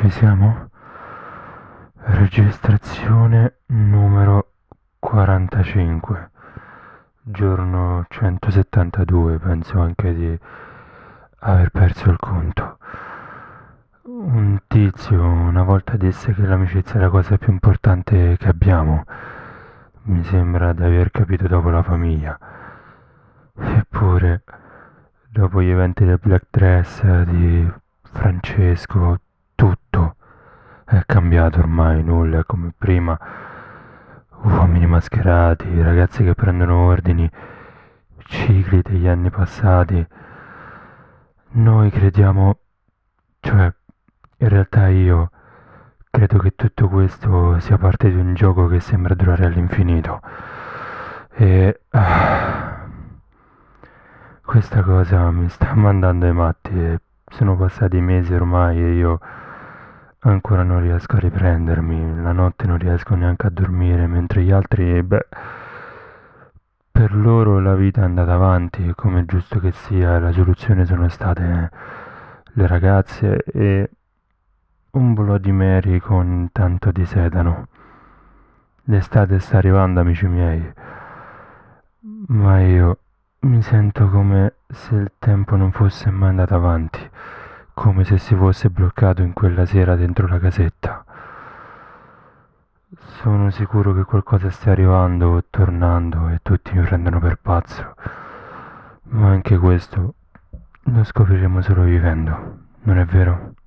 Ci siamo? Registrazione numero 45, giorno 172, penso anche di aver perso il conto. Un tizio una volta disse che l'amicizia è la cosa più importante che abbiamo. Mi sembra di aver capito dopo la famiglia. Eppure, dopo gli eventi del Black Dress di Francesco, tutto è cambiato ormai, nulla è come prima. Uomini mascherati, ragazzi che prendono ordini, cicli degli anni passati. Noi crediamo, cioè, in realtà io credo che tutto questo sia parte di un gioco che sembra durare all'infinito. E questa cosa mi sta mandando ai matti e sono passati mesi ormai e io ancora non riesco a riprendermi, la notte non riesco neanche a dormire, mentre gli altri, beh, per loro la vita è andata avanti, come è giusto che sia, la soluzione sono state le ragazze e un Bloody Mary con tanto di sedano. L'estate sta arrivando, amici miei, ma io mi sento come se il tempo non fosse mai andato avanti, come se si fosse bloccato in quella sera dentro la casetta. Sono sicuro che qualcosa stia arrivando o tornando e tutti mi prendono per pazzo, ma anche questo lo scopriremo solo vivendo, non è vero?